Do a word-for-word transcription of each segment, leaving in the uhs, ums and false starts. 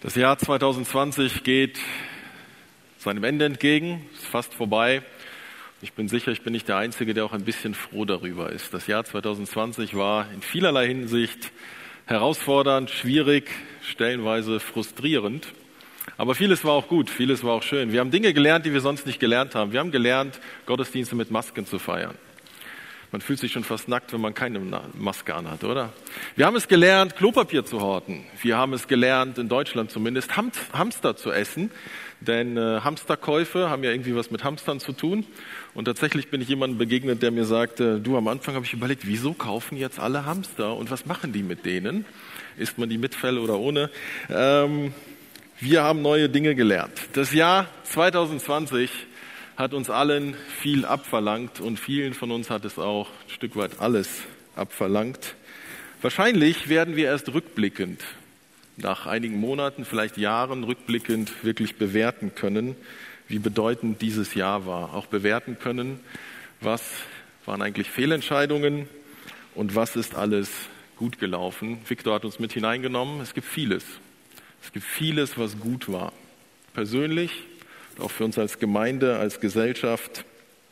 Das Jahr zwanzig zwanzig geht seinem Ende entgegen, ist fast vorbei. Ich bin sicher, ich bin nicht der Einzige, der auch ein bisschen froh darüber ist. Das Jahr zwanzig zwanzig war in vielerlei Hinsicht herausfordernd, schwierig, stellenweise frustrierend. Aber vieles war auch gut, vieles war auch schön. Wir haben Dinge gelernt, die wir sonst nicht gelernt haben. Wir haben gelernt, Gottesdienste mit Masken zu feiern. Man fühlt sich schon fast nackt, wenn man keine Maske anhat, oder? Wir haben es gelernt, Klopapier zu horten. Wir haben es gelernt, in Deutschland zumindest, Ham- Hamster zu essen. Denn äh, Hamsterkäufe haben ja irgendwie was mit Hamstern zu tun. Und tatsächlich bin ich jemandem begegnet, der mir sagte, du, am Anfang habe ich überlegt, wieso kaufen jetzt alle Hamster und was machen die mit denen? Isst man die mit Fell oder ohne? Ähm, wir haben neue Dinge gelernt. Das Jahr zwanzig zwanzig hat uns allen viel abverlangt und vielen von uns hat es auch ein Stück weit alles abverlangt. Wahrscheinlich werden wir erst rückblickend, nach einigen Monaten, vielleicht Jahren rückblickend wirklich bewerten können, wie bedeutend dieses Jahr war. Auch bewerten können, was waren eigentlich Fehlentscheidungen und was ist alles gut gelaufen. Viktor hat uns mit hineingenommen. Es gibt vieles. Es gibt vieles, was gut war. Persönlich, auch für uns als Gemeinde, als Gesellschaft.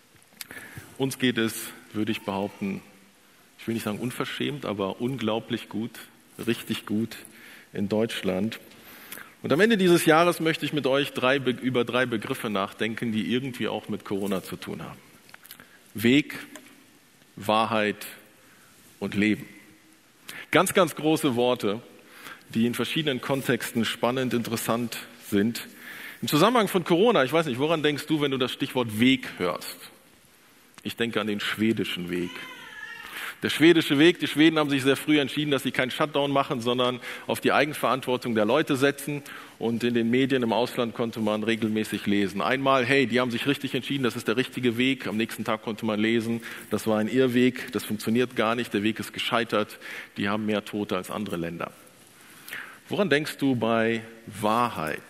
Uns geht es, würde ich behaupten, ich will nicht sagen unverschämt, aber unglaublich gut, richtig gut in Deutschland. Und am Ende dieses Jahres möchte ich mit euch drei, über drei Begriffe nachdenken, die irgendwie auch mit Corona zu tun haben. Weg, Wahrheit und Leben. Ganz, ganz große Worte, die in verschiedenen Kontexten spannend, interessant sind. Im Zusammenhang von Corona, ich weiß nicht, woran denkst du, wenn du das Stichwort Weg hörst? Ich denke an den schwedischen Weg. Der schwedische Weg, die Schweden haben sich sehr früh entschieden, dass sie keinen Shutdown machen, sondern auf die Eigenverantwortung der Leute setzen. Und in den Medien im Ausland konnte man regelmäßig lesen. Einmal, hey, die haben sich richtig entschieden, das ist der richtige Weg. Am nächsten Tag konnte man lesen, das war ein Irrweg, das funktioniert gar nicht, der Weg ist gescheitert, die haben mehr Tote als andere Länder. Woran denkst du bei Wahrheit?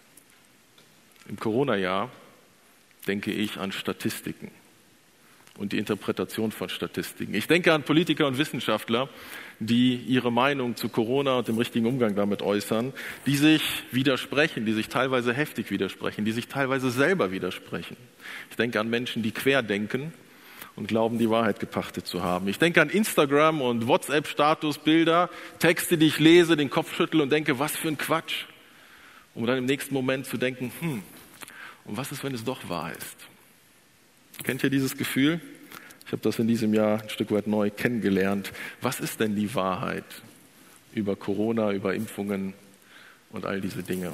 Im Corona-Jahr denke ich an Statistiken und die Interpretation von Statistiken. Ich denke an Politiker und Wissenschaftler, die ihre Meinung zu Corona und dem richtigen Umgang damit äußern, die sich widersprechen, die sich teilweise heftig widersprechen, die sich teilweise selber widersprechen. Ich denke an Menschen, die querdenken und glauben, die Wahrheit gepachtet zu haben. Ich denke an Instagram und WhatsApp-Statusbilder, Texte, die ich lese, den Kopf schüttle und denke, was für ein Quatsch. Um dann im nächsten Moment zu denken, hm, und was ist, wenn es doch wahr ist? Kennt ihr dieses Gefühl? Ich habe das in diesem Jahr ein Stück weit neu kennengelernt. Was ist denn die Wahrheit über Corona, über Impfungen und all diese Dinge?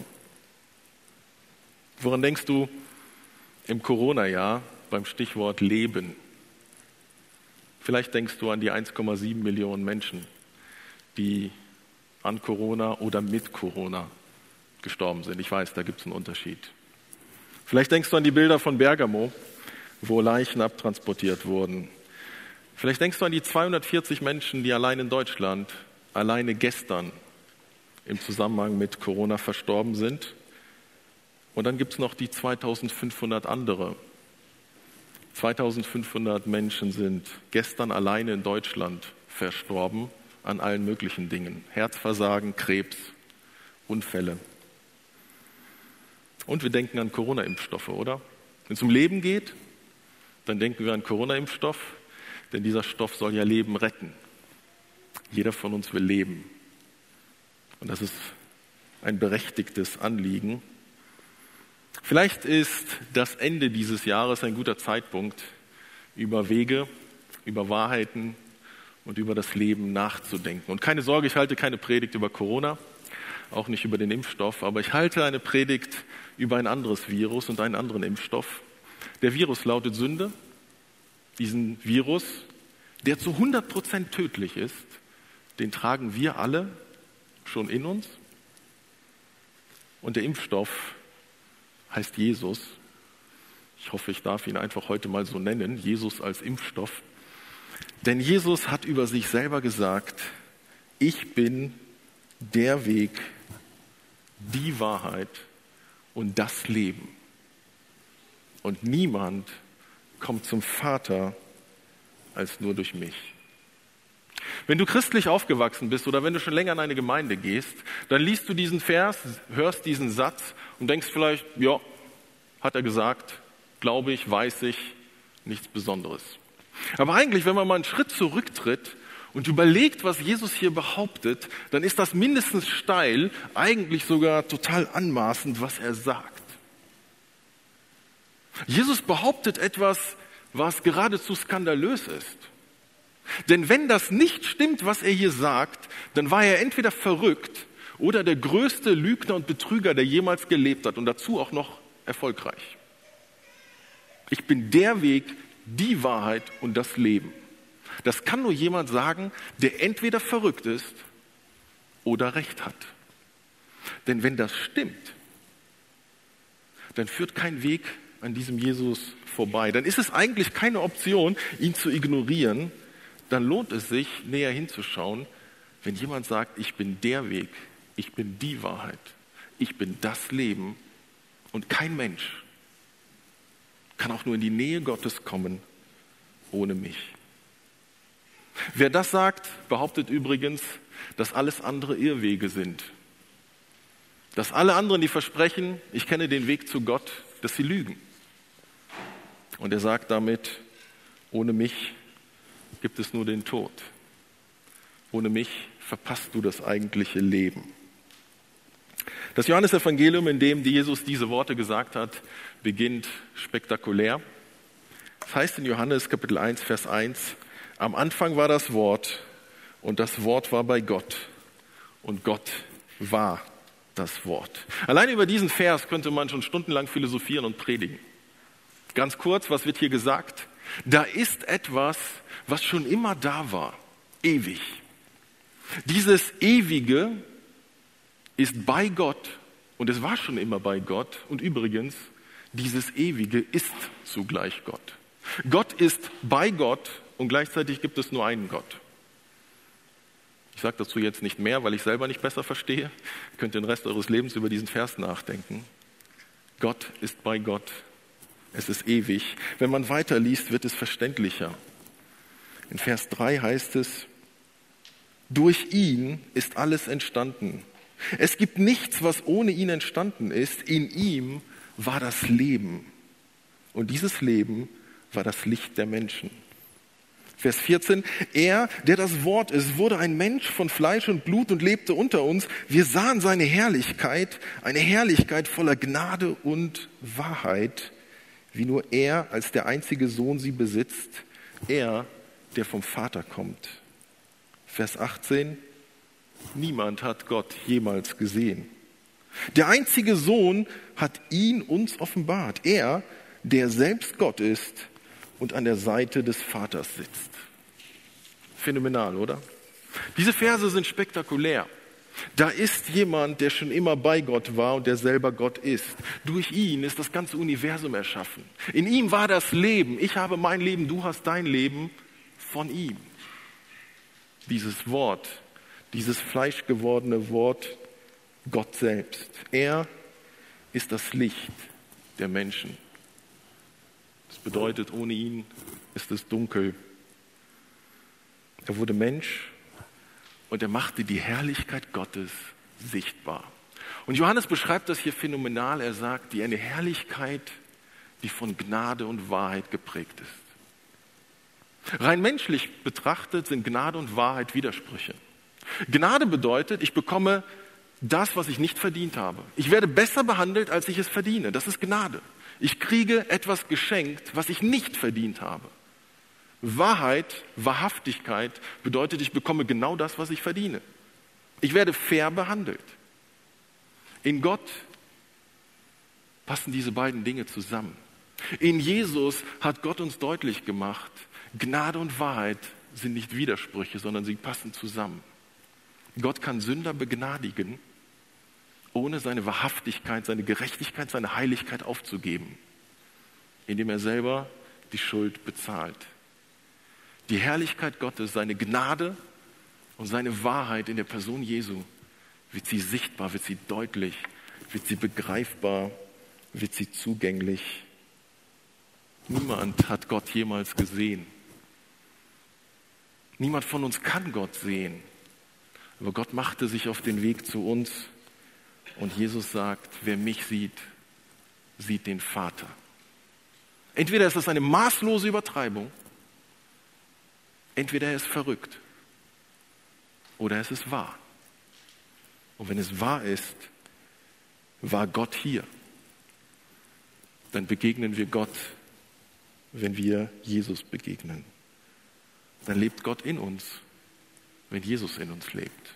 Woran denkst du im Corona-Jahr beim Stichwort Leben? Vielleicht denkst du an die eins Komma sieben Millionen Menschen, die an Corona oder mit Corona gestorben sind. Ich weiß, da gibt es einen Unterschied. Vielleicht denkst du an die Bilder von Bergamo, wo Leichen abtransportiert wurden. Vielleicht denkst du an die zweihundertvierzig Menschen, die allein in Deutschland, alleine gestern im Zusammenhang mit Corona verstorben sind. Und dann gibt es noch die zweitausendfünfhundert andere. zweitausendfünfhundert Menschen sind gestern alleine in Deutschland verstorben an allen möglichen Dingen. Herzversagen, Krebs, Unfälle. Und wir denken an Corona-Impfstoffe, oder? Wenn es um Leben geht, dann denken wir an Corona-Impfstoff, denn dieser Stoff soll ja Leben retten. Jeder von uns will leben. Und das ist ein berechtigtes Anliegen. Vielleicht ist das Ende dieses Jahres ein guter Zeitpunkt, über Wege, über Wahrheiten und über das Leben nachzudenken. Und keine Sorge, ich halte keine Predigt über Corona, auch nicht über den Impfstoff, aber ich halte eine Predigt über ein anderes Virus und einen anderen Impfstoff. Der Virus lautet Sünde. Diesen Virus, der zu hundert Prozent tödlich ist, den tragen wir alle schon in uns. Und der Impfstoff heißt Jesus. Ich hoffe, ich darf ihn einfach heute mal so nennen, Jesus als Impfstoff. Denn Jesus hat über sich selber gesagt, ich bin der Weg, die Wahrheit und das Leben. Und niemand kommt zum Vater als nur durch mich. Wenn du christlich aufgewachsen bist oder wenn du schon länger in eine Gemeinde gehst, dann liest du diesen Vers, hörst diesen Satz und denkst vielleicht, ja, hat er gesagt, glaube ich, weiß ich, nichts Besonderes. Aber eigentlich, wenn man mal einen Schritt zurücktritt und überlegt, was Jesus hier behauptet, dann ist das mindestens steil, eigentlich sogar total anmaßend, was er sagt. Jesus behauptet etwas, was geradezu skandalös ist. Denn wenn das nicht stimmt, was er hier sagt, dann war er entweder verrückt oder der größte Lügner und Betrüger, der jemals gelebt hat und dazu auch noch erfolgreich. Ich bin der Weg, die Wahrheit und das Leben. Das kann nur jemand sagen, der entweder verrückt ist oder Recht hat. Denn wenn das stimmt, dann führt kein Weg an diesem Jesus vorbei. Dann ist es eigentlich keine Option, ihn zu ignorieren. Dann lohnt es sich, näher hinzuschauen, wenn jemand sagt, ich bin der Weg, ich bin die Wahrheit, ich bin das Leben und kein Mensch kann auch nur in die Nähe Gottes kommen ohne mich. Wer das sagt, behauptet übrigens, dass alles andere Irrwege sind. Dass alle anderen, die versprechen, ich kenne den Weg zu Gott, dass sie lügen. Und er sagt damit, ohne mich gibt es nur den Tod. Ohne mich verpasst du das eigentliche Leben. Das Johannesevangelium, in dem Jesus diese Worte gesagt hat, beginnt spektakulär. Das heißt in Johannes Kapitel eins, Vers eins, am Anfang war das Wort und das Wort war bei Gott und Gott war das Wort. Allein über diesen Vers könnte man schon stundenlang philosophieren und predigen. Ganz kurz, was wird hier gesagt? Da ist etwas, was schon immer da war, ewig. Dieses Ewige ist bei Gott und es war schon immer bei Gott. Und übrigens, dieses Ewige ist zugleich Gott. Gott ist bei Gott und gleichzeitig gibt es nur einen Gott. Ich sage dazu jetzt nicht mehr, weil ich selber nicht besser verstehe. Ihr könnt den Rest eures Lebens über diesen Vers nachdenken. Gott ist bei Gott. Es ist ewig. Wenn man weiterliest, wird es verständlicher. In Vers drei heißt es, durch ihn ist alles entstanden. Es gibt nichts, was ohne ihn entstanden ist. In ihm war das Leben. Und dieses Leben war das Licht der Menschen. Vers vierzehn, er, der das Wort ist, wurde ein Mensch von Fleisch und Blut und lebte unter uns. Wir sahen seine Herrlichkeit, eine Herrlichkeit voller Gnade und Wahrheit, wie nur er als der einzige Sohn sie besitzt, er, der vom Vater kommt. Vers achtzehn, niemand hat Gott jemals gesehen. Der einzige Sohn hat ihn uns offenbart, er, der selbst Gott ist und an der Seite des Vaters sitzt. Phänomenal, oder? Diese Verse sind spektakulär. Da ist jemand, der schon immer bei Gott war und der selber Gott ist. Durch ihn ist das ganze Universum erschaffen. In ihm war das Leben. Ich habe mein Leben, du hast dein Leben von ihm. Dieses Wort, dieses fleischgewordene Wort, Gott selbst. Er ist das Licht der Menschen. Das bedeutet, ohne ihn ist es dunkel. Er wurde Mensch und er machte die Herrlichkeit Gottes sichtbar. Und Johannes beschreibt das hier phänomenal. Er sagt, die eine Herrlichkeit, die von Gnade und Wahrheit geprägt ist. Rein menschlich betrachtet sind Gnade und Wahrheit Widersprüche. Gnade bedeutet, ich bekomme das, was ich nicht verdient habe. Ich werde besser behandelt, als ich es verdiene. Das ist Gnade. Ich kriege etwas geschenkt, was ich nicht verdient habe. Wahrheit, Wahrhaftigkeit bedeutet, ich bekomme genau das, was ich verdiene. Ich werde fair behandelt. In Gott passen diese beiden Dinge zusammen. In Jesus hat Gott uns deutlich gemacht, Gnade und Wahrheit sind nicht Widersprüche, sondern sie passen zusammen. Gott kann Sünder begnadigen, ohne seine Wahrhaftigkeit, seine Gerechtigkeit, seine Heiligkeit aufzugeben, indem er selber die Schuld bezahlt. Die Herrlichkeit Gottes, seine Gnade und seine Wahrheit in der Person Jesu, wird sie sichtbar, wird sie deutlich, wird sie begreifbar, wird sie zugänglich. Niemand hat Gott jemals gesehen. Niemand von uns kann Gott sehen. Aber Gott machte sich auf den Weg zu uns und Jesus sagt, wer mich sieht, sieht den Vater. Entweder ist das eine maßlose Übertreibung, entweder er ist verrückt oder es ist wahr. Und wenn es wahr ist, war Gott hier. Dann begegnen wir Gott, wenn wir Jesus begegnen. Dann lebt Gott in uns, wenn Jesus in uns lebt.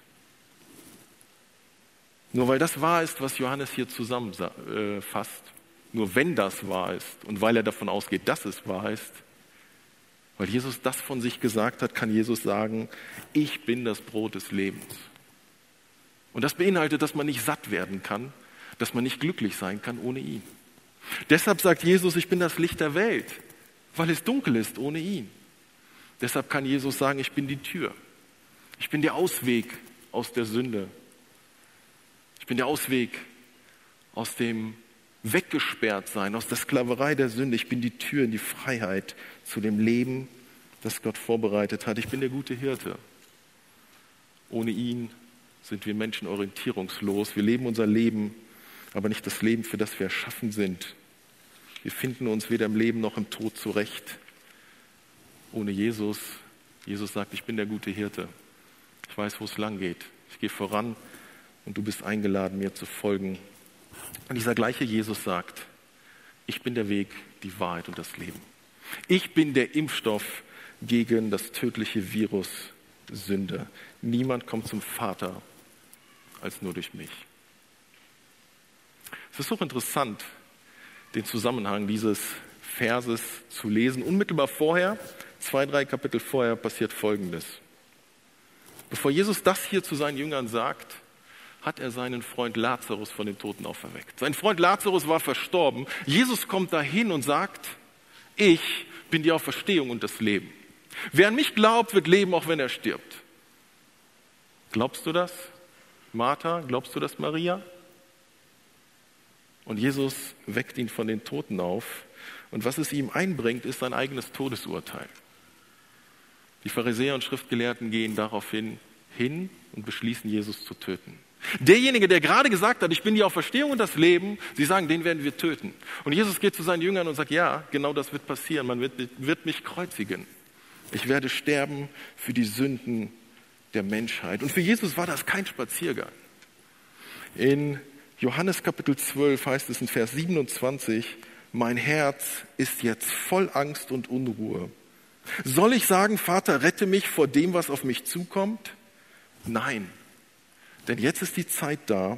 Nur weil das wahr ist, was Johannes hier zusammenfasst, nur wenn das wahr ist und weil er davon ausgeht, dass es wahr ist, weil Jesus das von sich gesagt hat, kann Jesus sagen, ich bin das Brot des Lebens. Und das beinhaltet, dass man nicht satt werden kann, dass man nicht glücklich sein kann ohne ihn. Deshalb sagt Jesus, ich bin das Licht der Welt, weil es dunkel ist ohne ihn. Deshalb kann Jesus sagen, ich bin die Tür. Ich bin der Ausweg aus der Sünde. Ich bin der Ausweg aus dem Weggesperrtsein, aus der Sklaverei der Sünde. Ich bin die Tür in die Freiheit zu dem Leben, das Gott vorbereitet hat. Ich bin der gute Hirte. Ohne ihn sind wir Menschen orientierungslos. Wir leben unser Leben, aber nicht das Leben, für das wir erschaffen sind. Wir finden uns weder im Leben noch im Tod zurecht. Ohne Jesus. Jesus sagt, ich bin der gute Hirte. Ich weiß, wo es lang geht. Ich gehe voran und du bist eingeladen, mir zu folgen. Und dieser gleiche Jesus sagt, ich bin der Weg, die Wahrheit und das Leben. Ich bin der Impfstoff gegen das tödliche Virus Sünde. Niemand kommt zum Vater als nur durch mich. Es ist hochinteressant, den Zusammenhang dieses Verses zu lesen. Unmittelbar vorher, zwei, drei Kapitel vorher, passiert Folgendes. Bevor Jesus das hier zu seinen Jüngern sagt, hat er seinen Freund Lazarus von den Toten auferweckt. Sein Freund Lazarus war verstorben. Jesus kommt dahin und sagt, ich bin die Auferstehung und das Leben. Wer an mich glaubt, wird leben, auch wenn er stirbt. Glaubst du das, Martha? Glaubst du das, Maria? Und Jesus weckt ihn von den Toten auf. Und was es ihm einbringt, ist sein eigenes Todesurteil. Die Pharisäer und Schriftgelehrten gehen daraufhin hin und beschließen, Jesus zu töten. Derjenige, der gerade gesagt hat, ich bin die Auferstehung und das Leben, sie sagen, den werden wir töten. Und Jesus geht zu seinen Jüngern und sagt, ja, genau das wird passieren. Man wird, wird mich kreuzigen. Ich werde sterben für die Sünden der Menschheit. Und für Jesus war das kein Spaziergang. In Johannes Kapitel zwölf heißt es in Vers siebenundzwanzig, mein Herz ist jetzt voll Angst und Unruhe. Soll ich sagen, Vater, rette mich vor dem, was auf mich zukommt? Nein, denn jetzt ist die Zeit da.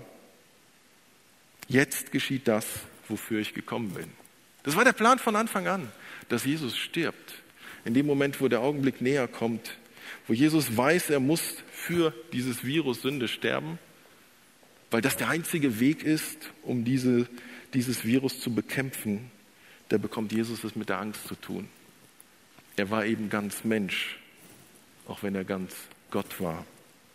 Jetzt geschieht das, wofür ich gekommen bin. Das war der Plan von Anfang an, dass Jesus stirbt. In dem Moment, wo der Augenblick näher kommt, wo Jesus weiß, er muss für dieses Virus Sünde sterben, weil das der einzige Weg ist, um diese, dieses Virus zu bekämpfen, da bekommt Jesus es mit der Angst zu tun. Er war eben ganz Mensch, auch wenn er ganz Gott war.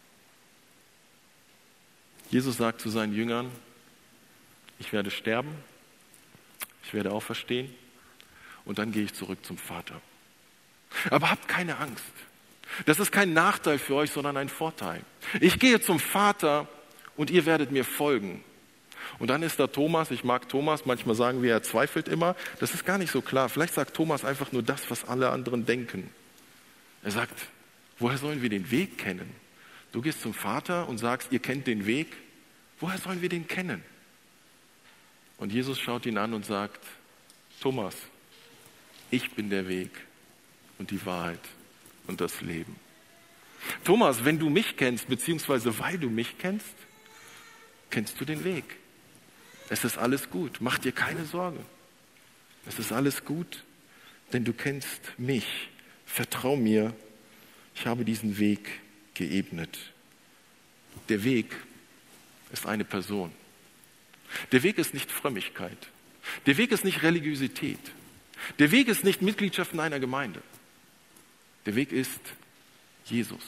Jesus sagt zu seinen Jüngern, ich werde sterben, ich werde auferstehen und dann gehe ich zurück zum Vater. Aber habt keine Angst. Das ist kein Nachteil für euch, sondern ein Vorteil. Ich gehe zum Vater und ihr werdet mir folgen. Und dann ist da Thomas, ich mag Thomas, manchmal sagen wir, er zweifelt immer. Das ist gar nicht so klar. Vielleicht sagt Thomas einfach nur das, was alle anderen denken. Er sagt, woher sollen wir den Weg kennen? Du gehst zum Vater und sagst, ihr kennt den Weg. Woher sollen wir den kennen? Und Jesus schaut ihn an und sagt, Thomas, ich bin der Weg und die Wahrheit und das Leben. Thomas, wenn du mich kennst, beziehungsweise weil du mich kennst, kennst du den Weg. Es ist alles gut, mach dir keine Sorge. Es ist alles gut, denn du kennst mich. Vertrau mir, ich habe diesen Weg geebnet. Der Weg ist eine Person. Der Weg ist nicht Frömmigkeit. Der Weg ist nicht Religiosität. Der Weg ist nicht Mitgliedschaft in einer Gemeinde. Der Weg ist Jesus.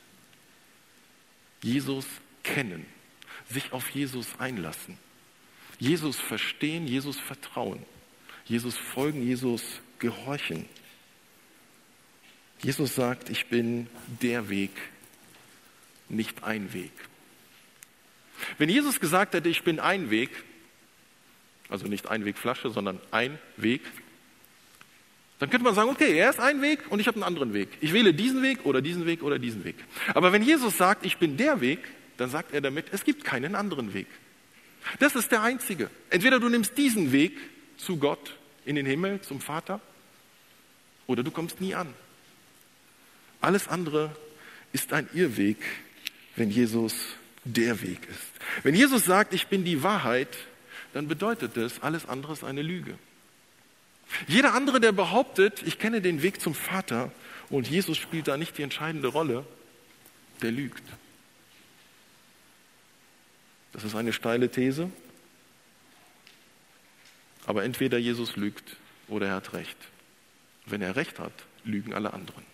Jesus kennen, sich auf Jesus einlassen. Jesus verstehen, Jesus vertrauen. Jesus folgen, Jesus gehorchen. Jesus sagt, ich bin der Weg, nicht ein Weg. Wenn Jesus gesagt hätte, ich bin ein Weg, also nicht ein Weg Flasche, sondern ein Weg, dann könnte man sagen, okay, er ist ein Weg und ich habe einen anderen Weg. Ich wähle diesen Weg oder diesen Weg oder diesen Weg. Aber wenn Jesus sagt, ich bin der Weg, dann sagt er damit, es gibt keinen anderen Weg. Das ist der einzige. Entweder du nimmst diesen Weg zu Gott, in den Himmel, zum Vater, oder du kommst nie an. Alles andere ist ein Irrweg, wenn Jesus der Weg ist. Wenn Jesus sagt, ich bin die Wahrheit, dann bedeutet das, alles andere ist eine Lüge. Jeder andere, der behauptet, ich kenne den Weg zum Vater und Jesus spielt da nicht die entscheidende Rolle, der lügt. Das ist eine steile These, aber entweder Jesus lügt oder er hat recht. Wenn er recht hat, lügen alle anderen.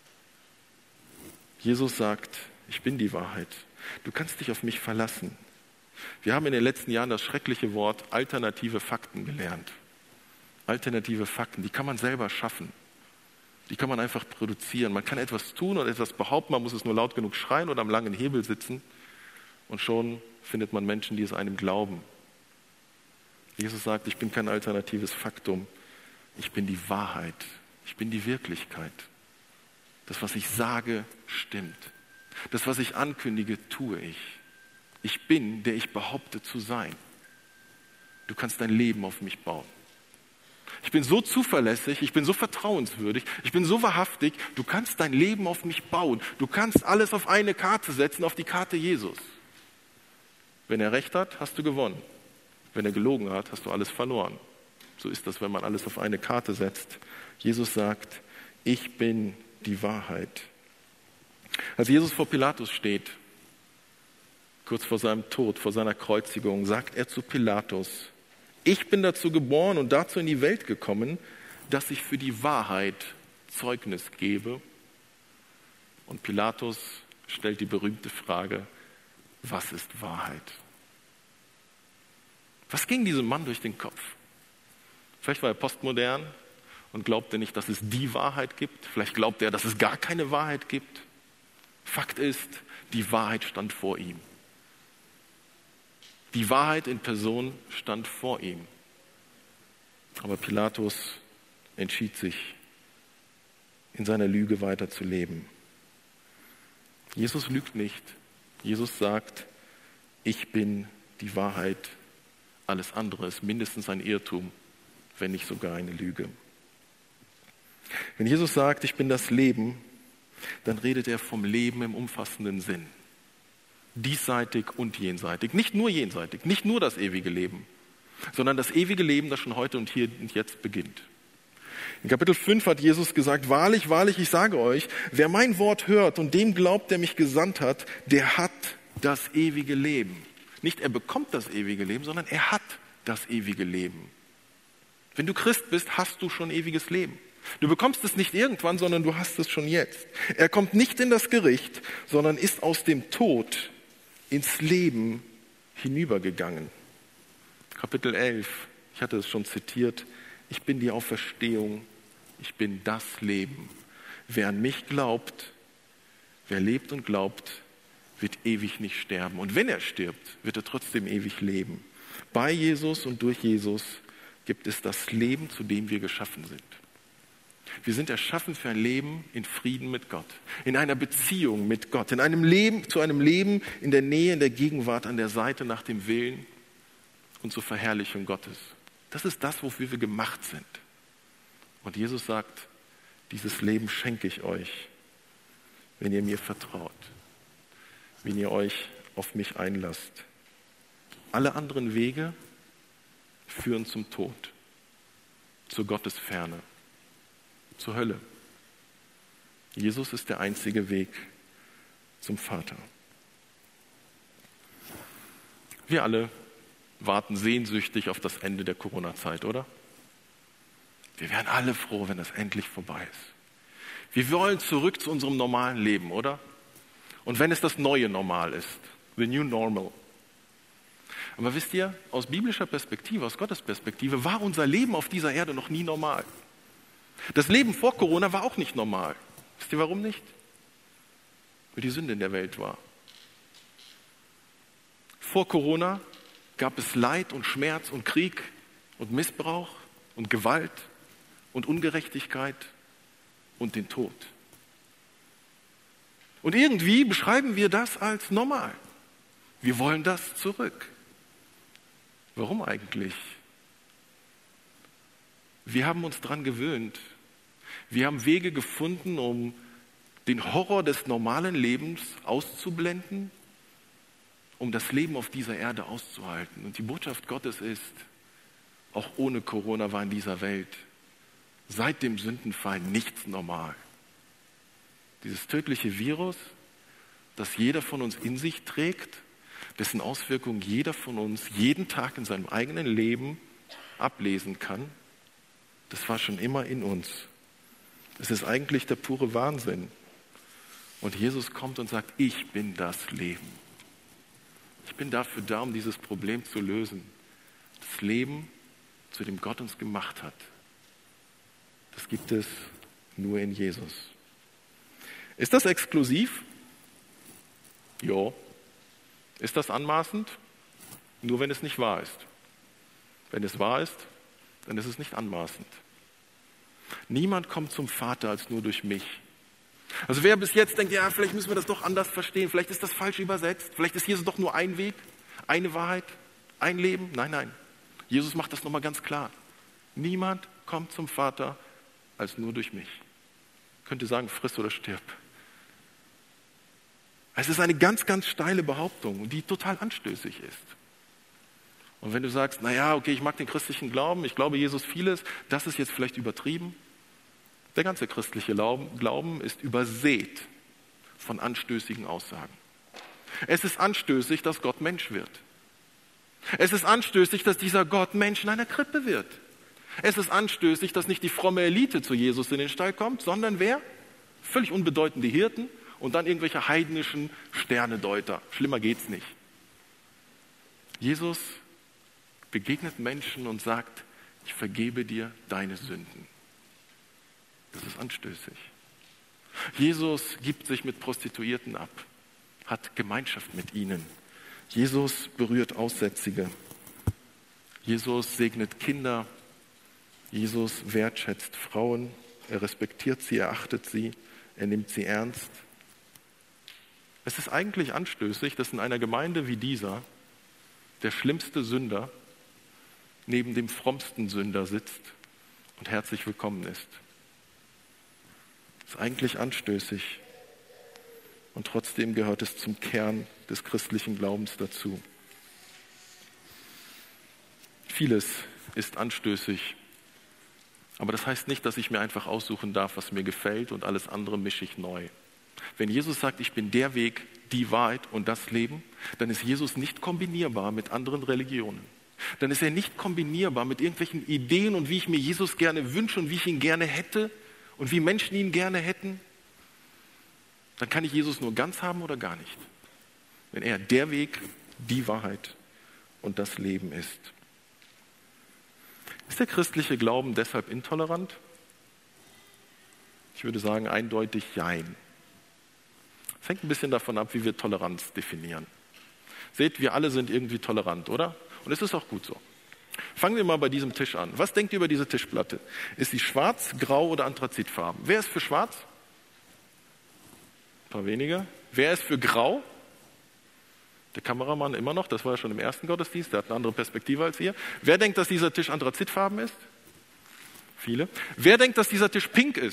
Jesus sagt, ich bin die Wahrheit. Du kannst dich auf mich verlassen. Wir haben in den letzten Jahren das schreckliche Wort alternative Fakten gelernt. Alternative Fakten, die kann man selber schaffen. Die kann man einfach produzieren. Man kann etwas tun oder etwas behaupten, man muss es nur laut genug schreien oder am langen Hebel sitzen und schon findet man Menschen, die es einem glauben. Jesus sagt, ich bin kein alternatives Faktum. Ich bin die Wahrheit. Ich bin die Wirklichkeit. Das, was ich sage, stimmt. Das, was ich ankündige, tue ich. Ich bin, der ich behaupte zu sein. Du kannst dein Leben auf mich bauen. Ich bin so zuverlässig, ich bin so vertrauenswürdig, ich bin so wahrhaftig, du kannst dein Leben auf mich bauen. Du kannst alles auf eine Karte setzen, auf die Karte Jesus. Wenn er recht hat, hast du gewonnen. Wenn er gelogen hat, hast du alles verloren. So ist das, wenn man alles auf eine Karte setzt. Jesus sagt, ich bin die Wahrheit. Als Jesus vor Pilatus steht, kurz vor seinem Tod, vor seiner Kreuzigung, sagt er zu Pilatus, ich bin dazu geboren und dazu in die Welt gekommen, dass ich für die Wahrheit Zeugnis gebe. Und Pilatus stellt die berühmte Frage, was ist Wahrheit? Was ging diesem Mann durch den Kopf? Vielleicht war er postmodern und glaubte nicht, dass es die Wahrheit gibt. Vielleicht glaubte er, dass es gar keine Wahrheit gibt. Fakt ist, die Wahrheit stand vor ihm. Die Wahrheit in Person stand vor ihm. Aber Pilatus entschied sich, in seiner Lüge weiterzuleben. Jesus lügt nicht. Jesus sagt, ich bin die Wahrheit. Alles andere ist mindestens ein Irrtum, wenn nicht sogar eine Lüge. Wenn Jesus sagt, ich bin das Leben, dann redet er vom Leben im umfassenden Sinn. Diesseitig und jenseitig. Nicht nur jenseitig, nicht nur das ewige Leben, sondern das ewige Leben, das schon heute und hier und jetzt beginnt. In Kapitel fünf hat Jesus gesagt, wahrlich, wahrlich, ich sage euch, wer mein Wort hört und dem glaubt, der mich gesandt hat, der hat das ewige Leben. Nicht er bekommt das ewige Leben, sondern er hat das ewige Leben. Wenn du Christ bist, hast du schon ewiges Leben. Du bekommst es nicht irgendwann, sondern du hast es schon jetzt. Er kommt nicht in das Gericht, sondern ist aus dem Tod ins Leben hinübergegangen. Kapitel elf, ich hatte es schon zitiert, ich bin die Auferstehung, ich bin das Leben. Wer an mich glaubt, wer lebt und glaubt, wird ewig nicht sterben. Und wenn er stirbt, wird er trotzdem ewig leben. Bei Jesus und durch Jesus gibt es das Leben, zu dem wir geschaffen sind. Wir sind erschaffen für ein Leben in Frieden mit Gott, in einer Beziehung mit Gott, in einem Leben, zu einem Leben in der Nähe, in der Gegenwart, an der Seite nach dem Willen und zur Verherrlichung Gottes. Das ist das, wofür wir gemacht sind. Und Jesus sagt, dieses Leben schenke ich euch, wenn ihr mir vertraut, wenn ihr euch auf mich einlasst. Alle anderen Wege führen zum Tod, zur Gottesferne, zur Hölle. Jesus ist der einzige Weg zum Vater. Wir alle warten sehnsüchtig auf das Ende der Corona-Zeit, oder? Wir wären alle froh, wenn das endlich vorbei ist. Wir wollen zurück zu unserem normalen Leben, oder? Und wenn es das neue Normal ist, the new normal. Aber wisst ihr, aus biblischer Perspektive, aus Gottes Perspektive, war unser Leben auf dieser Erde noch nie normal. Das Leben vor Corona war auch nicht normal. Wisst ihr, warum nicht? Weil die Sünde in der Welt war. Vor Corona gab es Leid und Schmerz und Krieg und Missbrauch und Gewalt und Ungerechtigkeit und den Tod. Und irgendwie beschreiben wir das als normal. Wir wollen das zurück. Warum eigentlich? Wir haben uns daran gewöhnt. Wir haben Wege gefunden, um den Horror des normalen Lebens auszublenden, um das Leben auf dieser Erde auszuhalten. Und die Botschaft Gottes ist, auch ohne Corona war in dieser Welt seit dem Sündenfall nichts normal. Dieses tödliche Virus, das jeder von uns in sich trägt, dessen Auswirkungen jeder von uns jeden Tag in seinem eigenen Leben ablesen kann, das war schon immer in uns. Es ist eigentlich der pure Wahnsinn. Und Jesus kommt und sagt, ich bin das Leben. Ich bin dafür da, um dieses Problem zu lösen. Das Leben, zu dem Gott uns gemacht hat, das gibt es nur in Jesus. Ist das exklusiv? Ja. Ist das anmaßend? Nur wenn es nicht wahr ist. Wenn es wahr ist, dann ist es nicht anmaßend. Niemand kommt zum Vater als nur durch mich. Also wer bis jetzt denkt, ja, vielleicht müssen wir das doch anders verstehen, vielleicht ist das falsch übersetzt, vielleicht ist Jesus doch nur ein Weg, eine Wahrheit, ein Leben. Nein, nein. Jesus macht das nochmal ganz klar. Niemand kommt zum Vater als nur durch mich. Könnt ihr sagen, friss oder stirb. Es ist eine ganz, ganz steile Behauptung, die total anstößig ist. Und wenn du sagst, naja, okay, ich mag den christlichen Glauben, ich glaube Jesus vieles, das ist jetzt vielleicht übertrieben. Der ganze christliche Glauben ist übersät von anstößigen Aussagen. Es ist anstößig, dass Gott Mensch wird. Es ist anstößig, dass dieser Gott Mensch in einer Krippe wird. Es ist anstößig, dass nicht die fromme Elite zu Jesus in den Stall kommt, sondern wer? Völlig unbedeutende Hirten und dann irgendwelche heidnischen Sternedeuter. Schlimmer geht's nicht. Jesus begegnet Menschen und sagt, ich vergebe dir deine Sünden. Das ist anstößig. Jesus gibt sich mit Prostituierten ab, hat Gemeinschaft mit ihnen. Jesus berührt Aussätzige. Jesus segnet Kinder. Jesus wertschätzt Frauen. Er respektiert sie, er achtet sie, er nimmt sie ernst. Es ist eigentlich anstößig, dass in einer Gemeinde wie dieser der schlimmste Sünder neben dem frommsten Sünder sitzt und herzlich willkommen ist. Das ist eigentlich anstößig und trotzdem gehört es zum Kern des christlichen Glaubens dazu. Vieles ist anstößig, aber das heißt nicht, dass ich mir einfach aussuchen darf, was mir gefällt und alles andere mische ich neu. Wenn Jesus sagt, ich bin der Weg, die Wahrheit und das Leben, dann ist Jesus nicht kombinierbar mit anderen Religionen. Dann ist er nicht kombinierbar mit irgendwelchen Ideen und wie ich mir Jesus gerne wünsche und wie ich ihn gerne hätte und wie Menschen ihn gerne hätten. Dann kann ich Jesus nur ganz haben oder gar nicht. Wenn er der Weg, die Wahrheit und das Leben ist. Ist der christliche Glauben deshalb intolerant? Ich würde sagen, eindeutig jein. Es hängt ein bisschen davon ab, wie wir Toleranz definieren. Seht, wir alle sind irgendwie tolerant, oder? Und es ist auch gut so. Fangen wir mal bei diesem Tisch an. Was denkt ihr über diese Tischplatte? Ist sie schwarz, grau oder anthrazitfarben? Wer ist für schwarz? Ein paar weniger. Wer ist für grau? Der Kameramann immer noch, das war ja schon im ersten Gottesdienst, der hat eine andere Perspektive als ihr. Wer denkt, dass dieser Tisch anthrazitfarben ist? Viele. Wer denkt, dass dieser Tisch pink ist?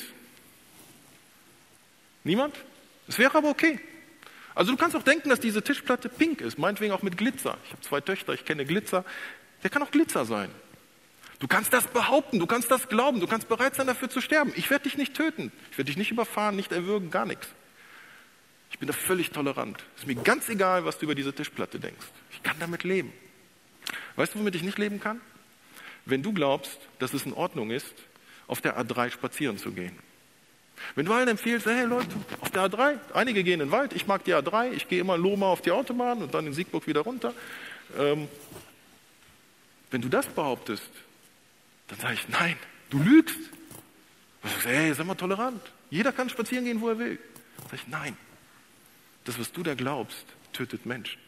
Niemand? Es wäre aber okay. Also du kannst auch denken, dass diese Tischplatte pink ist, meinetwegen auch mit Glitzer. Ich habe zwei Töchter, ich kenne Glitzer. Der kann auch Glitzer sein. Du kannst das behaupten, du kannst das glauben, du kannst bereit sein, dafür zu sterben. Ich werde dich nicht töten, ich werde dich nicht überfahren, nicht erwürgen, gar nichts. Ich bin da völlig tolerant. Es ist mir ganz egal, was du über diese Tischplatte denkst. Ich kann damit leben. Weißt du, womit ich nicht leben kann? Wenn du glaubst, dass es in Ordnung ist, auf der A drei spazieren zu gehen. Wenn du allen empfiehlst, hey Leute, auf der A drei, einige gehen in den Wald, ich mag die A drei, ich gehe immer in Lohmar auf die Autobahn und dann in Siegburg wieder runter. Ähm, wenn du das behauptest, dann sage ich, nein, du lügst. Und ich sage, hey, sei mal tolerant. Jeder kann spazieren gehen, wo er will. Sag ich, nein, das, was du da glaubst, tötet Menschen.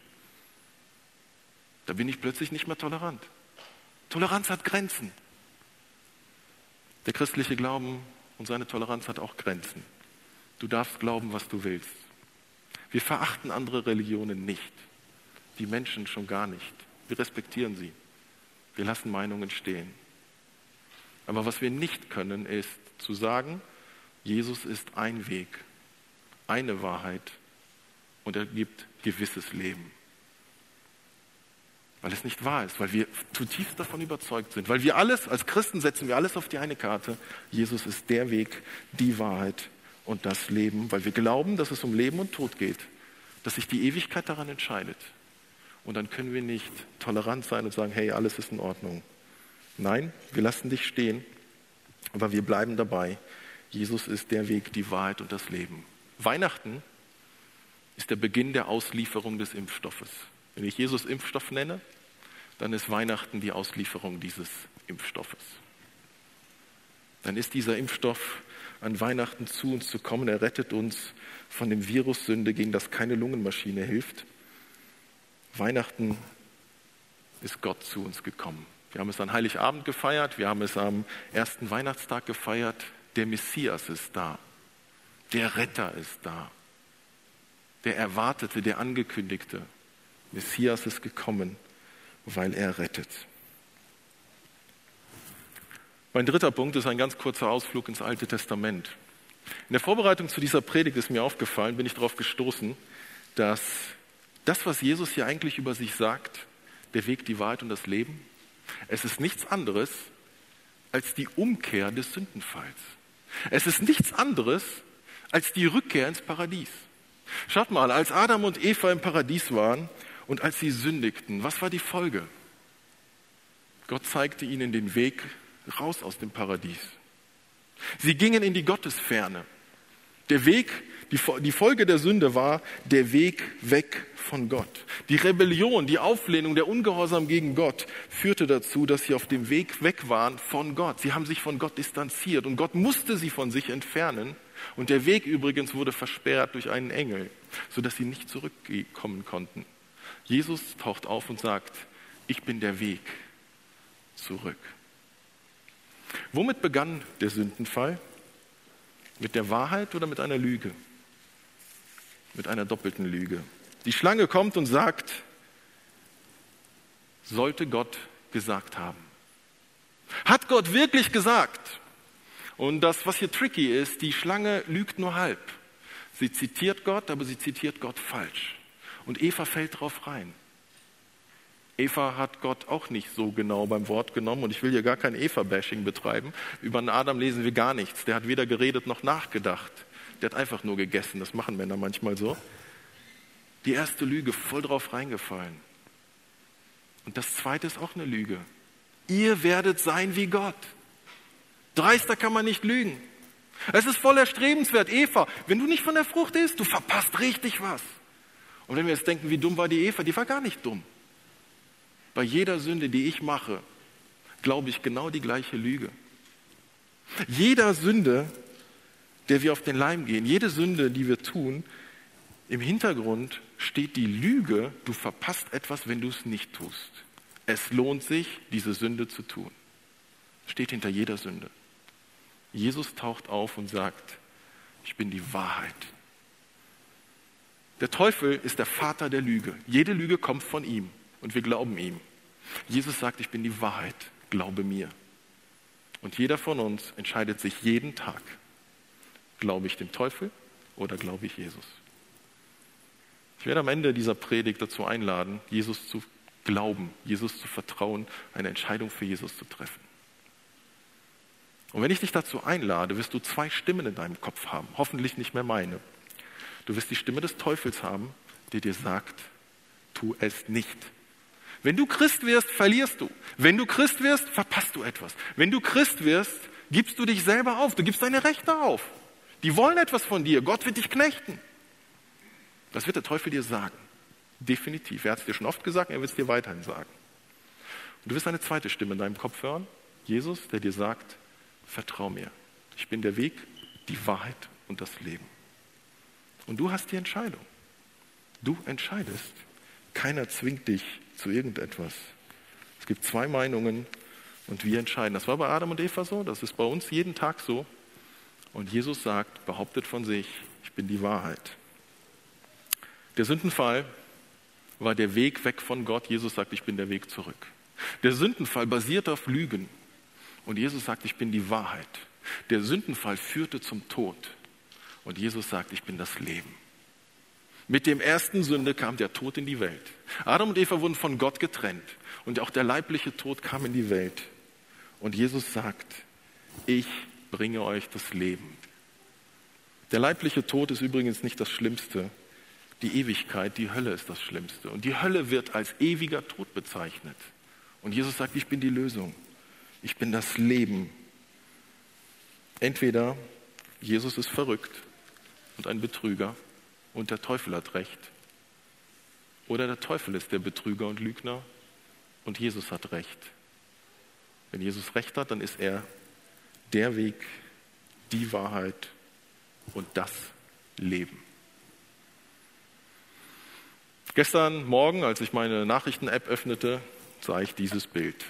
Da bin ich plötzlich nicht mehr tolerant. Toleranz hat Grenzen. Der christliche Glauben und seine Toleranz hat auch Grenzen. Du darfst glauben, was du willst. Wir verachten andere Religionen nicht. Die Menschen schon gar nicht. Wir respektieren sie. Wir lassen Meinungen stehen. Aber was wir nicht können, ist zu sagen, Jesus ist ein Weg, eine Wahrheit und er gibt gewisses Leben. Weil es nicht wahr ist, weil wir zutiefst davon überzeugt sind. Weil wir alles, als Christen setzen wir alles auf die eine Karte. Jesus ist der Weg, die Wahrheit und das Leben. Weil wir glauben, dass es um Leben und Tod geht. Dass sich die Ewigkeit daran entscheidet. Und dann können wir nicht tolerant sein und sagen, hey, alles ist in Ordnung. Nein, wir lassen dich stehen, aber wir bleiben dabei. Jesus ist der Weg, die Wahrheit und das Leben. Weihnachten ist der Beginn der Auslieferung des Impfstoffes. Wenn ich Jesus Impfstoff nenne, dann ist Weihnachten die Auslieferung dieses Impfstoffes. Dann ist dieser Impfstoff an Weihnachten zu uns zu kommen. Er rettet uns von dem Virus Sünde, gegen das keine Lungenmaschine hilft. Weihnachten ist Gott zu uns gekommen. Wir haben es an Heiligabend gefeiert, wir haben es am ersten Weihnachtstag gefeiert. Der Messias ist da, der Retter ist da, der Erwartete, der Angekündigte. Messias ist gekommen, weil er rettet. Mein dritter Punkt ist ein ganz kurzer Ausflug ins Alte Testament. In der Vorbereitung zu dieser Predigt ist mir aufgefallen, bin ich darauf gestoßen, dass das, was Jesus hier eigentlich über sich sagt, der Weg, die Wahrheit und das Leben, es ist nichts anderes als die Umkehr des Sündenfalls. Es ist nichts anderes als die Rückkehr ins Paradies. Schaut mal, als Adam und Eva im Paradies waren und als sie sündigten, was war die Folge? Gott zeigte ihnen den Weg raus aus dem Paradies. Sie gingen in die Gottesferne. Der Weg, die, die Folge der Sünde war der Weg weg von Gott. Die Rebellion, die Auflehnung, der Ungehorsam gegen Gott führte dazu, dass sie auf dem Weg weg waren von Gott. Sie haben sich von Gott distanziert und Gott musste sie von sich entfernen. Und der Weg übrigens wurde versperrt durch einen Engel, sodass sie nicht zurückkommen konnten. Jesus taucht auf und sagt, ich bin der Weg zurück. Womit begann der Sündenfall? Mit der Wahrheit oder mit einer Lüge? Mit einer doppelten Lüge. Die Schlange kommt und sagt, sollte Gott gesagt haben. Hat Gott wirklich gesagt? Und das, was hier tricky ist, die Schlange lügt nur halb. Sie zitiert Gott, aber sie zitiert Gott falsch. Und Eva fällt drauf rein. Eva hat Gott auch nicht so genau beim Wort genommen und ich will hier gar kein Eva-Bashing betreiben. Über den Adam lesen wir gar nichts. Der hat weder geredet noch nachgedacht. Der hat einfach nur gegessen. Das machen Männer manchmal so. Die erste Lüge, voll drauf reingefallen. Und das zweite ist auch eine Lüge. Ihr werdet sein wie Gott. Dreister kann man nicht lügen. Es ist voll erstrebenswert. Eva, wenn du nicht von der Frucht isst, du verpasst richtig was. Und wenn wir jetzt denken, wie dumm war die Eva, die war gar nicht dumm. Bei jeder Sünde, die ich mache, glaube ich genau die gleiche Lüge. Jeder Sünde, der wir auf den Leim gehen, jede Sünde, die wir tun, im Hintergrund steht die Lüge, du verpasst etwas, wenn du es nicht tust. Es lohnt sich, diese Sünde zu tun. Steht hinter jeder Sünde. Jesus taucht auf und sagt, ich bin die Wahrheit. Der Teufel ist der Vater der Lüge. Jede Lüge kommt von ihm und wir glauben ihm. Jesus sagt, ich bin die Wahrheit, glaube mir. Und jeder von uns entscheidet sich jeden Tag, glaube ich dem Teufel oder glaube ich Jesus. Ich werde am Ende dieser Predigt dazu einladen, Jesus zu glauben, Jesus zu vertrauen, eine Entscheidung für Jesus zu treffen. Und wenn ich dich dazu einlade, wirst du zwei Stimmen in deinem Kopf haben, hoffentlich nicht mehr meine. Du wirst die Stimme des Teufels haben, die dir sagt, tu es nicht. Wenn du Christ wirst, verlierst du. Wenn du Christ wirst, verpasst du etwas. Wenn du Christ wirst, gibst du dich selber auf. Du gibst deine Rechte auf. Die wollen etwas von dir. Gott wird dich knechten. Das wird der Teufel dir sagen. Definitiv. Er hat es dir schon oft gesagt, er wird es dir weiterhin sagen. Und du wirst eine zweite Stimme in deinem Kopf hören. Jesus, der dir sagt, vertrau mir. Ich bin der Weg, die Wahrheit und das Leben. Und du hast die Entscheidung. Du entscheidest. Keiner zwingt dich zu irgendetwas. Es gibt zwei Meinungen und wir entscheiden. Das war bei Adam und Eva so, das ist bei uns jeden Tag so. Und Jesus sagt, behauptet von sich, ich bin die Wahrheit. Der Sündenfall war der Weg weg von Gott. Jesus sagt, ich bin der Weg zurück. Der Sündenfall basiert auf Lügen. Und Jesus sagt, ich bin die Wahrheit. Der Sündenfall führte zum Tod. Und Jesus sagt, ich bin das Leben. Mit dem ersten Sünde kam der Tod in die Welt. Adam und Eva wurden von Gott getrennt. Und auch der leibliche Tod kam in die Welt. Und Jesus sagt, ich bringe euch das Leben. Der leibliche Tod ist übrigens nicht das Schlimmste. Die Ewigkeit, die Hölle ist das Schlimmste. Und die Hölle wird als ewiger Tod bezeichnet. Und Jesus sagt, ich bin die Lösung. Ich bin das Leben. Entweder Jesus ist verrückt und ein Betrüger und der Teufel hat recht. Oder der Teufel ist der Betrüger und Lügner und Jesus hat recht. Wenn Jesus recht hat, dann ist er der Weg, die Wahrheit und das Leben. Gestern Morgen, als ich meine Nachrichten-App öffnete, sah ich dieses Bild.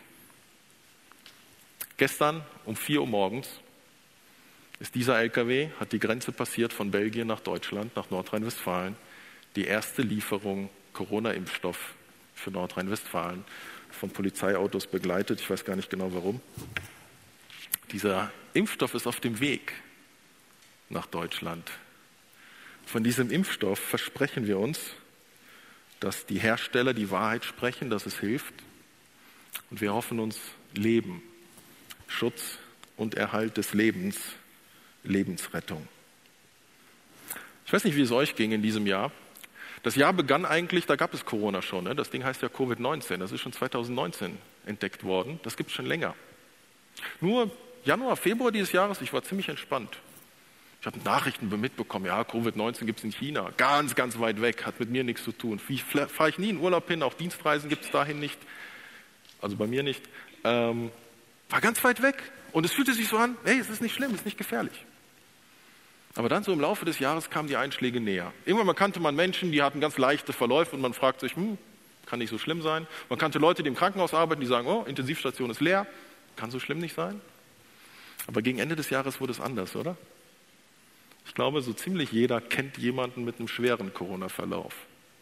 Gestern um vier Uhr morgens ist dieser L K W, hat die Grenze passiert von Belgien nach Deutschland, nach Nordrhein-Westfalen, die erste Lieferung Corona-Impfstoff für Nordrhein-Westfalen, von Polizeiautos begleitet, ich weiß gar nicht genau warum. Dieser Impfstoff ist auf dem Weg nach Deutschland. Von diesem Impfstoff versprechen wir uns, dass die Hersteller die Wahrheit sprechen, dass es hilft. Und wir hoffen uns Leben, Schutz und Erhalt des Lebens, Lebensrettung. Ich weiß nicht, wie es euch ging in diesem Jahr. Das Jahr begann eigentlich, da gab es Corona schon. Ne? Das Ding heißt ja Covid neunzehn. Das ist schon zweitausendneunzehn entdeckt worden. Das gibt es schon länger. Nur Januar, Februar dieses Jahres, ich war ziemlich entspannt. Ich habe Nachrichten mitbekommen, ja, Covid neunzehn gibt es in China, ganz, ganz weit weg, hat mit mir nichts zu tun. Fahre ich nie in Urlaub hin, auch Dienstreisen gibt es dahin nicht, also bei mir nicht. Ähm, war ganz weit weg und es fühlte sich so an, hey, es ist nicht schlimm, es ist nicht gefährlich. Aber dann so im Laufe des Jahres kamen die Einschläge näher. Irgendwann kannte man Menschen, die hatten ganz leichte Verläufe und man fragt sich, hm, kann nicht so schlimm sein. Man kannte Leute, die im Krankenhaus arbeiten, die sagen, oh, Intensivstation ist leer, kann so schlimm nicht sein. Aber gegen Ende des Jahres wurde es anders, oder? Ich glaube, so ziemlich jeder kennt jemanden mit einem schweren Corona-Verlauf.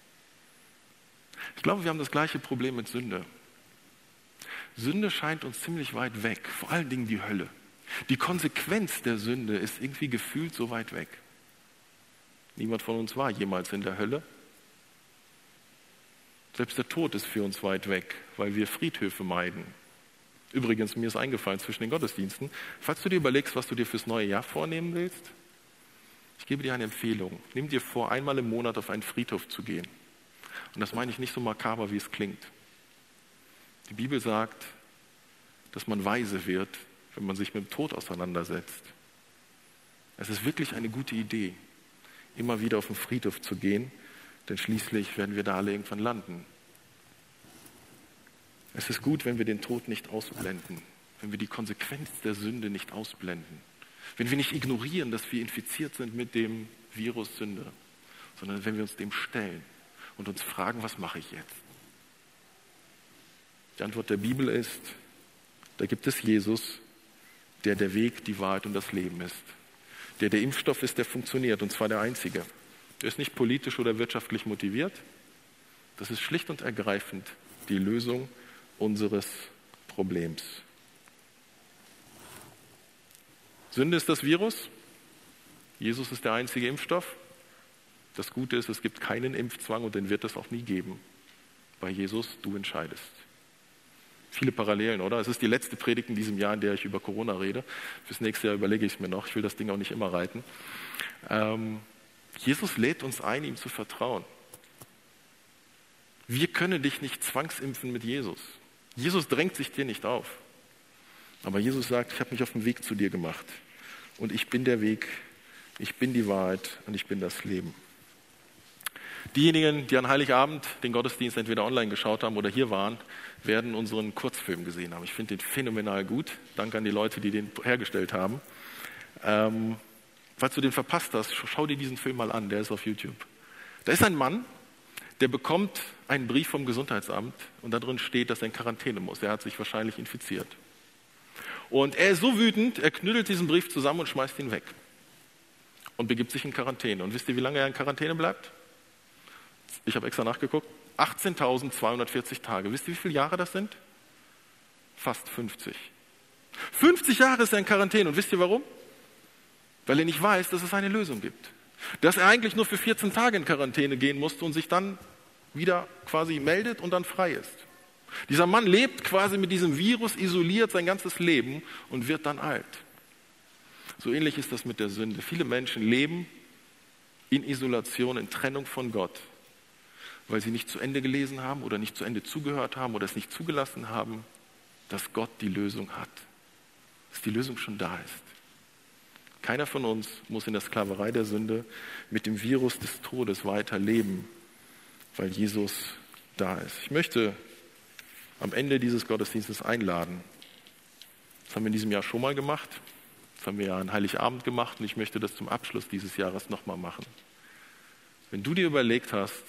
Ich glaube, wir haben das gleiche Problem mit Sünde. Sünde scheint uns ziemlich weit weg, vor allen Dingen die Hölle. Die Konsequenz der Sünde ist irgendwie gefühlt so weit weg. Niemand von uns war jemals in der Hölle. Selbst der Tod ist für uns weit weg, weil wir Friedhöfe meiden. Übrigens, mir ist eingefallen zwischen den Gottesdiensten, falls du dir überlegst, was du dir fürs neue Jahr vornehmen willst, ich gebe dir eine Empfehlung. Nimm dir vor, einmal im Monat auf einen Friedhof zu gehen. Und das meine ich nicht so makaber, wie es klingt. Die Bibel sagt, dass man weise wird, wenn man sich mit dem Tod auseinandersetzt. Es ist wirklich eine gute Idee, immer wieder auf den Friedhof zu gehen, denn schließlich werden wir da alle irgendwann landen. Es ist gut, wenn wir den Tod nicht ausblenden, wenn wir die Konsequenz der Sünde nicht ausblenden, wenn wir nicht ignorieren, dass wir infiziert sind mit dem Virus Sünde, sondern wenn wir uns dem stellen und uns fragen, was mache ich jetzt? Die Antwort der Bibel ist, da gibt es Jesus, der der Weg, die Wahrheit und das Leben ist, der der Impfstoff ist, der funktioniert, und zwar der einzige. Der ist nicht politisch oder wirtschaftlich motiviert, das ist schlicht und ergreifend die Lösung unseres Problems. Sünde ist das Virus, Jesus ist der einzige Impfstoff. Das Gute ist, es gibt keinen Impfzwang und den wird es auch nie geben. Bei Jesus, du entscheidest. Viele Parallelen, oder? Es ist die letzte Predigt in diesem Jahr, in der ich über Corona rede. Fürs nächste Jahr überlege ich es mir noch. Ich will das Ding auch nicht immer reiten. Ähm, Jesus lädt uns ein, ihm zu vertrauen. Wir können dich nicht zwangsimpfen mit Jesus. Jesus drängt sich dir nicht auf. Aber Jesus sagt, ich habe mich auf den Weg zu dir gemacht. Und ich bin der Weg, ich bin die Wahrheit und ich bin das Leben. Diejenigen, die an Heiligabend den Gottesdienst entweder online geschaut haben oder hier waren, werden unseren Kurzfilm gesehen haben. Ich finde den phänomenal gut. Danke an die Leute, die den hergestellt haben. Ähm, Falls du den verpasst hast, schau dir diesen Film mal an, der ist auf YouTube. Da ist ein Mann, der bekommt einen Brief vom Gesundheitsamt und da drin steht, dass er in Quarantäne muss. Er hat sich wahrscheinlich infiziert. Und er ist so wütend, er knüttelt diesen Brief zusammen und schmeißt ihn weg. Und begibt sich in Quarantäne. Und wisst ihr, wie lange er in Quarantäne bleibt? Ich habe extra nachgeguckt. achtzehntausendzweihundertvierzig Tage. Wisst ihr, wie viele Jahre das sind? Fast fünfzig. fünfzig Jahre ist er in Quarantäne. Und wisst ihr warum? Weil er nicht weiß, dass es eine Lösung gibt. Dass er eigentlich nur für vierzehn Tage in Quarantäne gehen musste und sich dann wieder quasi meldet und dann frei ist. Dieser Mann lebt quasi mit diesem Virus isoliert sein ganzes Leben und wird dann alt. So ähnlich ist das mit der Sünde. Viele Menschen leben in Isolation, in Trennung von Gott, weil sie nicht zu Ende gelesen haben oder nicht zu Ende zugehört haben oder es nicht zugelassen haben, dass Gott die Lösung hat, dass die Lösung schon da ist. Keiner von uns muss in der Sklaverei der Sünde mit dem Virus des Todes weiterleben, weil Jesus da ist. Ich möchte am Ende dieses Gottesdienstes einladen. Das haben wir in diesem Jahr schon mal gemacht. Das haben wir ja an Heiligabend gemacht und ich möchte das zum Abschluss dieses Jahres nochmal machen. Wenn du dir überlegt hast,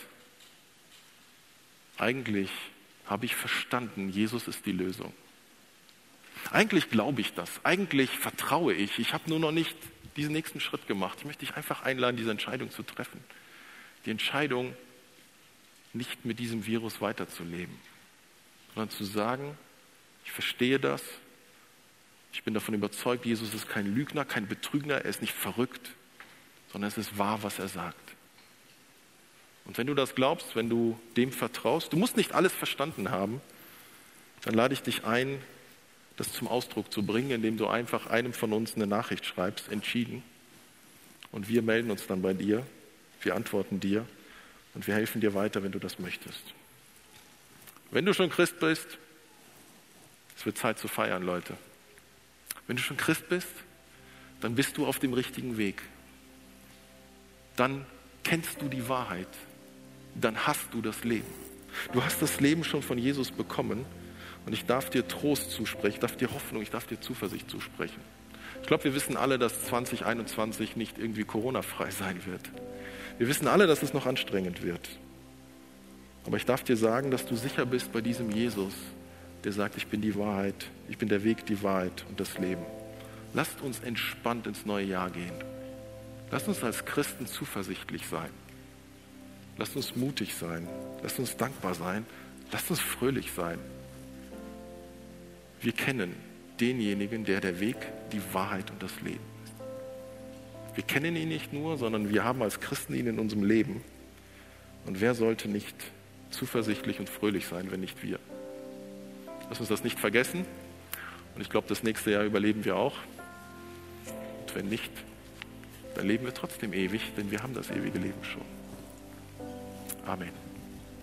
eigentlich habe ich verstanden, Jesus ist die Lösung. Eigentlich glaube ich das, eigentlich vertraue ich, ich habe nur noch nicht diesen nächsten Schritt gemacht. Ich möchte dich einfach einladen, diese Entscheidung zu treffen. Die Entscheidung, nicht mit diesem Virus weiterzuleben, sondern zu sagen, ich verstehe das, ich bin davon überzeugt, Jesus ist kein Lügner, kein Betrüger, er ist nicht verrückt, sondern es ist wahr, was er sagt. Und wenn du das glaubst, wenn du dem vertraust, du musst nicht alles verstanden haben, dann lade ich dich ein, das zum Ausdruck zu bringen, indem du einfach einem von uns eine Nachricht schreibst, entschieden. Und wir melden uns dann bei dir, wir antworten dir und wir helfen dir weiter, wenn du das möchtest. Wenn du schon Christ bist, es wird Zeit zu feiern, Leute. Wenn du schon Christ bist, dann bist du auf dem richtigen Weg. Dann kennst du die Wahrheit. Dann hast du das Leben. Du hast das Leben schon von Jesus bekommen und ich darf dir Trost zusprechen, ich darf dir Hoffnung, ich darf dir Zuversicht zusprechen. Ich glaube, wir wissen alle, dass zwanzig einundzwanzig nicht irgendwie Corona-frei sein wird. Wir wissen alle, dass es noch anstrengend wird. Aber ich darf dir sagen, dass du sicher bist bei diesem Jesus, der sagt, ich bin die Wahrheit, ich bin der Weg, die Wahrheit und das Leben. Lasst uns entspannt ins neue Jahr gehen. Lasst uns als Christen zuversichtlich sein. Lasst uns mutig sein. Lasst uns dankbar sein. Lasst uns fröhlich sein. Wir kennen denjenigen, der der Weg, die Wahrheit und das Leben ist. Wir kennen ihn nicht nur, sondern wir haben als Christen ihn in unserem Leben. Und wer sollte nicht zuversichtlich und fröhlich sein, wenn nicht wir? Lass uns das nicht vergessen. Und ich glaube, das nächste Jahr überleben wir auch. Und wenn nicht, dann leben wir trotzdem ewig, denn wir haben das ewige Leben schon. Amen.